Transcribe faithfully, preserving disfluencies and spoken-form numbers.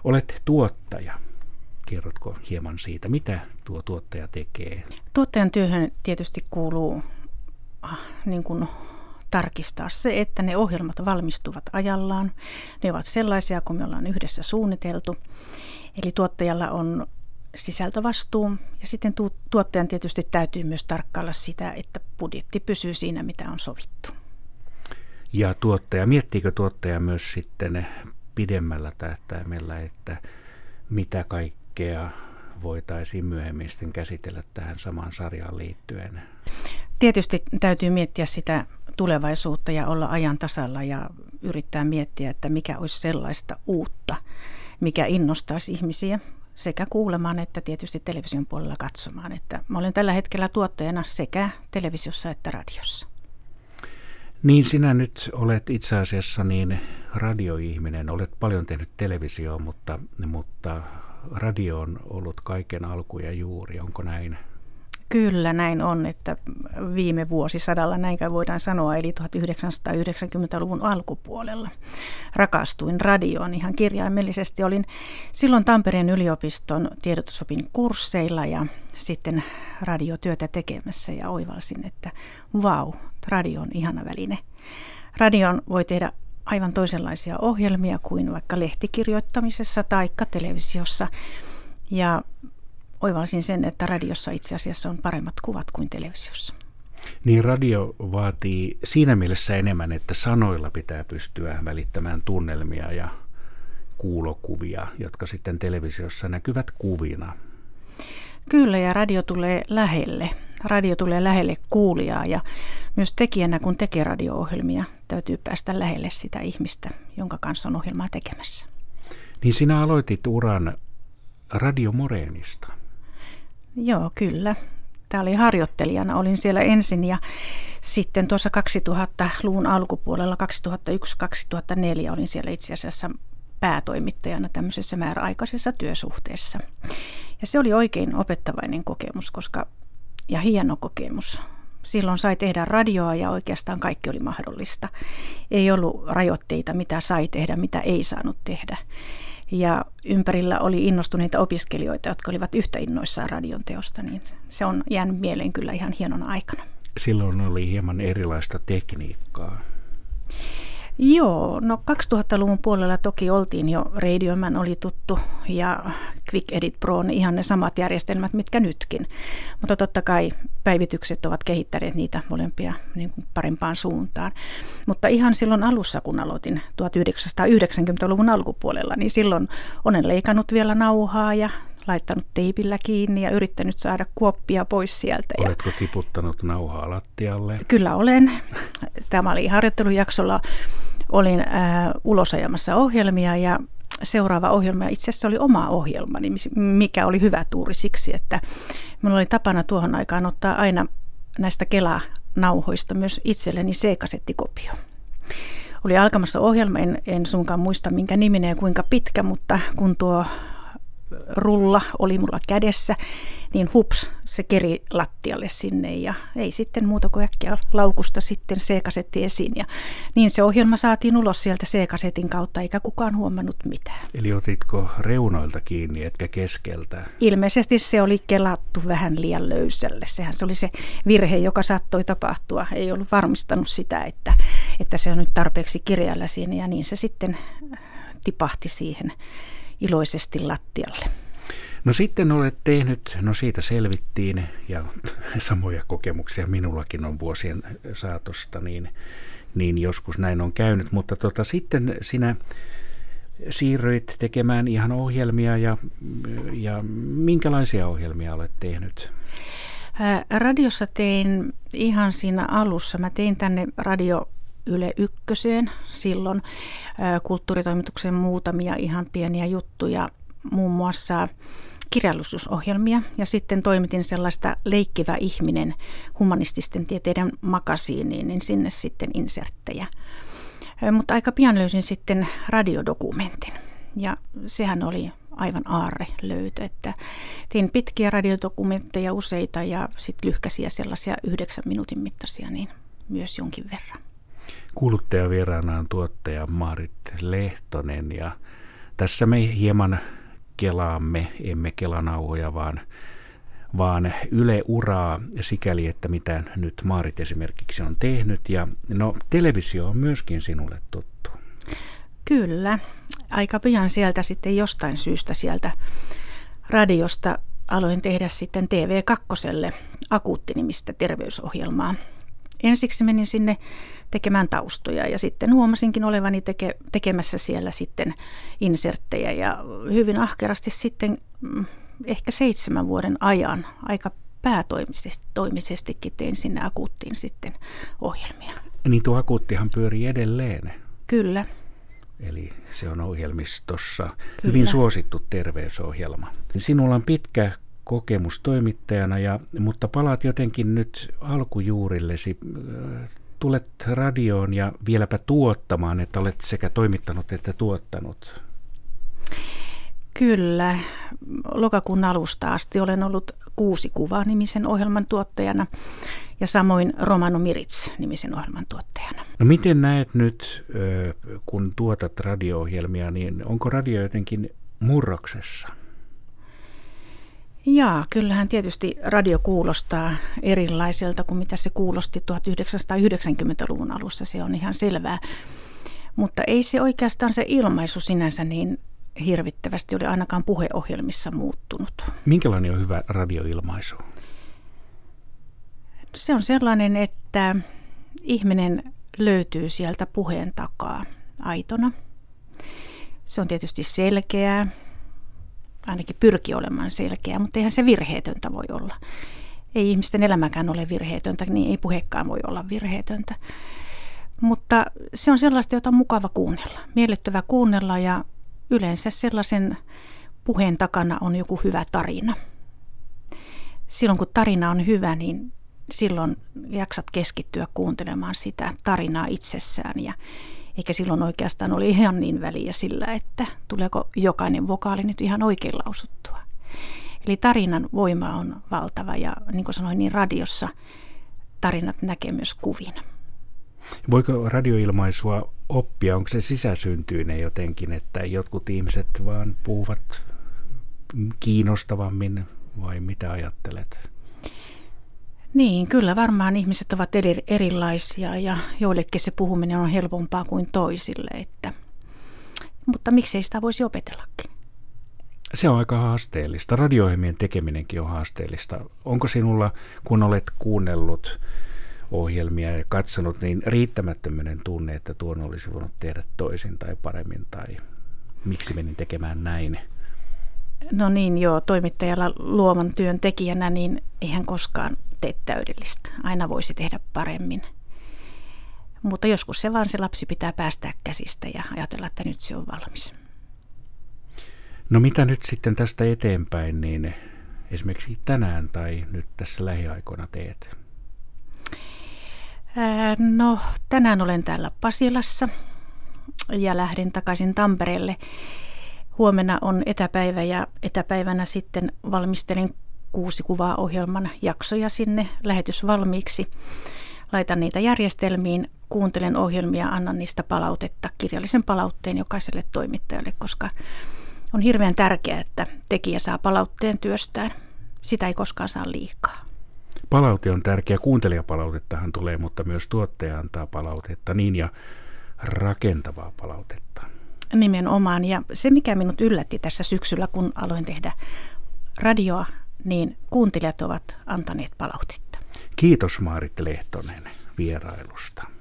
Olet tuottaja. Kerrotko hieman siitä, mitä tuo tuottaja tekee? Tuottajan työhön tietysti kuuluu niin kuin tarkistaa se, että ne ohjelmat valmistuvat ajallaan. Ne ovat sellaisia, kun me ollaan yhdessä suunniteltu. Eli tuottajalla on sisältövastuu ja sitten tu- tuottajan tietysti täytyy myös tarkkailla sitä, että budjetti pysyy siinä, mitä on sovittu. Ja tuottaja, miettiikö tuottaja myös sitten pidemmällä tähtäimellä, että mitä kaikkea voitaisiin myöhemmin sitten käsitellä tähän samaan sarjaan liittyen? Tietysti täytyy miettiä sitä tulevaisuutta ja olla ajan tasalla ja yrittää miettiä, että mikä olisi sellaista uutta, mikä innostaisi ihmisiä sekä kuulemaan että tietysti television puolella katsomaan. Että mä olen tällä hetkellä tuottajana sekä televisiossa että radiossa. Niin sinä nyt olet itse asiassa niin radioihminen, olet paljon tehnyt televisioon, mutta, mutta radio on ollut kaiken alku ja juuri, onko näin? Kyllä näin on, että viime vuosisadalla näinkään voidaan sanoa, eli tuhatyhdeksänsataayhdeksänkymmentäluvun alkupuolella rakastuin radioon ihan kirjaimellisesti. Olin silloin Tampereen yliopiston tiedotusopin kursseilla ja sitten radiotyötä tekemässä ja oivalsin, että vau, radio on ihana väline. Radion voi tehdä aivan toisenlaisia ohjelmia kuin vaikka lehtikirjoittamisessa tai televisiossa ja oivalsin sen, että radiossa itse asiassa on paremmat kuvat kuin televisiossa. Niin radio vaatii siinä mielessä enemmän, että sanoilla pitää pystyä välittämään tunnelmia ja kuulokuvia, jotka sitten televisiossa näkyvät kuvina. Kyllä, ja radio tulee lähelle. Radio tulee lähelle kuulijaa ja myös tekijänä, kun tekee radio-ohjelmia, täytyy päästä lähelle sitä ihmistä, jonka kanssa on ohjelmaa tekemässä. Niin sinä aloitit uran Radio Moreenista. Joo, kyllä. Tämä oli harjoittelijana. Olin siellä ensin ja sitten tuossa kaksituhattaluvun alkupuolella kaksituhattayksi kaksituhattaneljä olin siellä itse asiassa päätoimittajana tämmöisessä määräaikaisessa työsuhteessa. Ja se oli oikein opettavainen kokemus, koska, ja hieno kokemus. Silloin sai tehdä radioa ja oikeastaan kaikki oli mahdollista. Ei ollut rajoitteita, mitä sai tehdä, mitä ei saanut tehdä. Ja ympärillä oli innostuneita opiskelijoita, jotka olivat yhtä innoissaan radion teosta, niin se on jäänyt mieleen kyllä ihan hienona aikana. Silloin oli hieman erilaista tekniikkaa. Joo, no kaksituhattaluvun puolella toki oltiin jo, Radioman oli tuttu ja Quick Edit Pro on ihan ne samat järjestelmät, mitkä nytkin. Mutta totta kai päivitykset ovat kehittäneet niitä molempia niin kuin parempaan suuntaan. Mutta ihan silloin alussa, kun aloitin tuhatyhdeksänsataayhdeksänkymmentäluvun alkupuolella, niin silloin olen leikannut vielä nauhaa ja laittanut teipillä kiinni ja yrittänyt saada kuoppia pois sieltä. Oletko tiputtanut nauhaa lattialle? Kyllä olen. Tämä oli harjoittelujaksolla. Olin äh, ulosajamassa ohjelmia ja seuraava ohjelma itse asiassa oli oma ohjelmani, mikä oli hyvä tuuri siksi, että minulla oli tapana tuohon aikaan ottaa aina näistä Kela-nauhoista myös itselleni C-kasettikopio. Oli alkamassa ohjelma, en, en suinkaan muista minkä niminen ja kuinka pitkä, mutta kun tuo rulla oli mulla kädessä, niin hups, se keri lattialle sinne ja ei sitten muuta kuin äkkiä laukusta sitten C-kasetti esiin. Ja niin se ohjelma saatiin ulos sieltä C-kasetin kautta, eikä kukaan huomannut mitään. Eli otitko reunoilta kiinni, etkä keskeltä? Ilmeisesti se oli kelattu vähän liian löysälle. Sehän se oli se virhe, joka saattoi tapahtua. Ei ollut varmistanut sitä, että, että se on nyt tarpeeksi kireällä siinä ja niin se sitten tipahti siihen iloisesti lattialle. No sitten olet tehnyt, no siitä selvittiin ja samoja kokemuksia minullakin on vuosien saatosta, niin, niin joskus näin on käynyt, mutta tota, sitten sinä siirryit tekemään ihan ohjelmia ja, ja minkälaisia ohjelmia olet tehnyt? Ää, radiossa tein ihan siinä alussa, mä tein tänne radio Yle Ykköseen silloin ää, kulttuuritoimituksen muutamia ihan pieniä juttuja, muun muassa kirjallisuusohjelmia ja sitten toimitin sellaista Leikkivä ihminen humanististen tieteiden makasiiniin, niin sinne sitten inserttejä. Ää, mutta aika pian löysin sitten radiodokumentin ja sehän oli aivan aarrelöytö, että tein pitkiä radiodokumentteja useita ja sitten lyhkäisiä sellaisia yhdeksän minuutin mittaisia niin myös jonkin verran. Kuuluttajavieraana on tuottaja Maarit Lehtonen ja tässä me hieman kelaamme, emme kelanauhoja, vaan, vaan Yle-uraa sikäli, että mitä nyt Maarit esimerkiksi on tehnyt. Ja no, televisio on myöskin sinulle tuttu. Kyllä. Aika pian sieltä sitten jostain syystä sieltä radiosta aloin tehdä sitten T V kakkoselle Akuutti-nimistä terveysohjelmaa. Ensiksi menin sinne tekemään taustoja ja sitten huomasinkin olevani teke, tekemässä siellä sitten inserttejä ja hyvin ahkerasti sitten ehkä seitsemän vuoden ajan aika päätoimisestikin tein sinne Akuuttiin sitten ohjelmia. Niin tuo Akuuttihan pyörii edelleen. Kyllä. Eli se on ohjelmistossa Kyllä. hyvin suosittu terveysohjelma. Sinulla on pitkä kokemus toimittajana, ja, mutta palaat jotenkin nyt alkujuurillesi. Tulet radioon ja vieläpä tuottamaan, että olet sekä toimittanut että tuottanut. Kyllä. Lokakuun alusta asti olen ollut Kuusi kuvaa -nimisen ohjelman tuottajana ja samoin Romano Mirits -nimisen ohjelman tuottajana. No miten näet nyt, kun tuotat radio-ohjelmia, niin onko radio jotenkin murroksessa? Jaa, kyllähän tietysti radio kuulostaa erilaiselta kuin mitä se kuulosti tuhatyhdeksänsataayhdeksänkymmentäluvun alussa, se on ihan selvää. Mutta ei se oikeastaan se ilmaisu sinänsä niin hirvittävästi ole ainakaan puheohjelmissa muuttunut. Minkälainen on hyvä radioilmaisu? Se on sellainen, että ihminen löytyy sieltä puheen takaa aitona. Se on tietysti selkeää, ainakin pyrkii olemaan selkeää, mutta eihän se virheetöntä voi olla. Ei ihmisten elämäkään ole virheetöntä, niin ei puhekaan voi olla virheetöntä. Mutta se on sellaista, jota on mukava kuunnella, miellyttävä kuunnella ja yleensä sellaisen puheen takana on joku hyvä tarina. Silloin kun tarina on hyvä, niin silloin jaksat keskittyä kuuntelemaan sitä tarinaa itsessään. Ja eikä silloin oikeastaan ole ihan niin väliä sillä, että tuleeko jokainen vokaali nyt ihan oikein lausuttua. Eli tarinan voima on valtava ja niin kuin sanoin, niin radiossa tarinat näkee myös kuvina. Voiko radioilmaisua oppia? Onko se sisäsyntyinen jotenkin, että jotkut ihmiset vaan puhuvat kiinnostavammin vai mitä ajattelet? Niin, kyllä varmaan ihmiset ovat eri, erilaisia ja joillekin se puhuminen on helpompaa kuin toisille. Että, mutta miksei sitä voisi opetellakin? Se on aika haasteellista. Radio-ohjelmien tekeminenkin on haasteellista. Onko sinulla, kun olet kuunnellut ohjelmia ja katsonut, niin riittämättömyyden tunne, että tuon olisi voinut tehdä toisin tai paremmin, tai miksi menin tekemään näin? No niin, joo, toimittajalla luovan työn tekijänä, niin eihän koskaan tee täydellistä. Aina voisi tehdä paremmin. Mutta joskus se vaan se lapsi pitää päästää käsistä ja ajatella, että nyt se on valmis. No mitä nyt sitten tästä eteenpäin, niin esimerkiksi tänään tai nyt tässä lähiaikoina teet? No, tänään olen täällä Pasilassa ja lähden takaisin Tampereelle. Huomenna on etäpäivä ja etäpäivänä sitten valmistelin Kuusi kuvaa -ohjelman jaksoja sinne lähetysvalmiiksi. Laitan niitä järjestelmiin, kuuntelen ohjelmia, annan niistä palautetta, kirjallisen palautteen jokaiselle toimittajalle, koska on hirveän tärkeää, että tekijä saa palautteen työstään. Sitä ei koskaan saa liikaa. Palaute on tärkeä. Kuuntelijapalautettahan tulee, mutta myös tuottaja antaa palautetta, niin ja rakentavaa palautetta. Nimenomaan. Ja se, mikä minut yllätti tässä syksyllä, kun aloin tehdä radioa, niin kuuntelijat ovat antaneet palautetta. Kiitos Maarit Lehtonen vierailusta.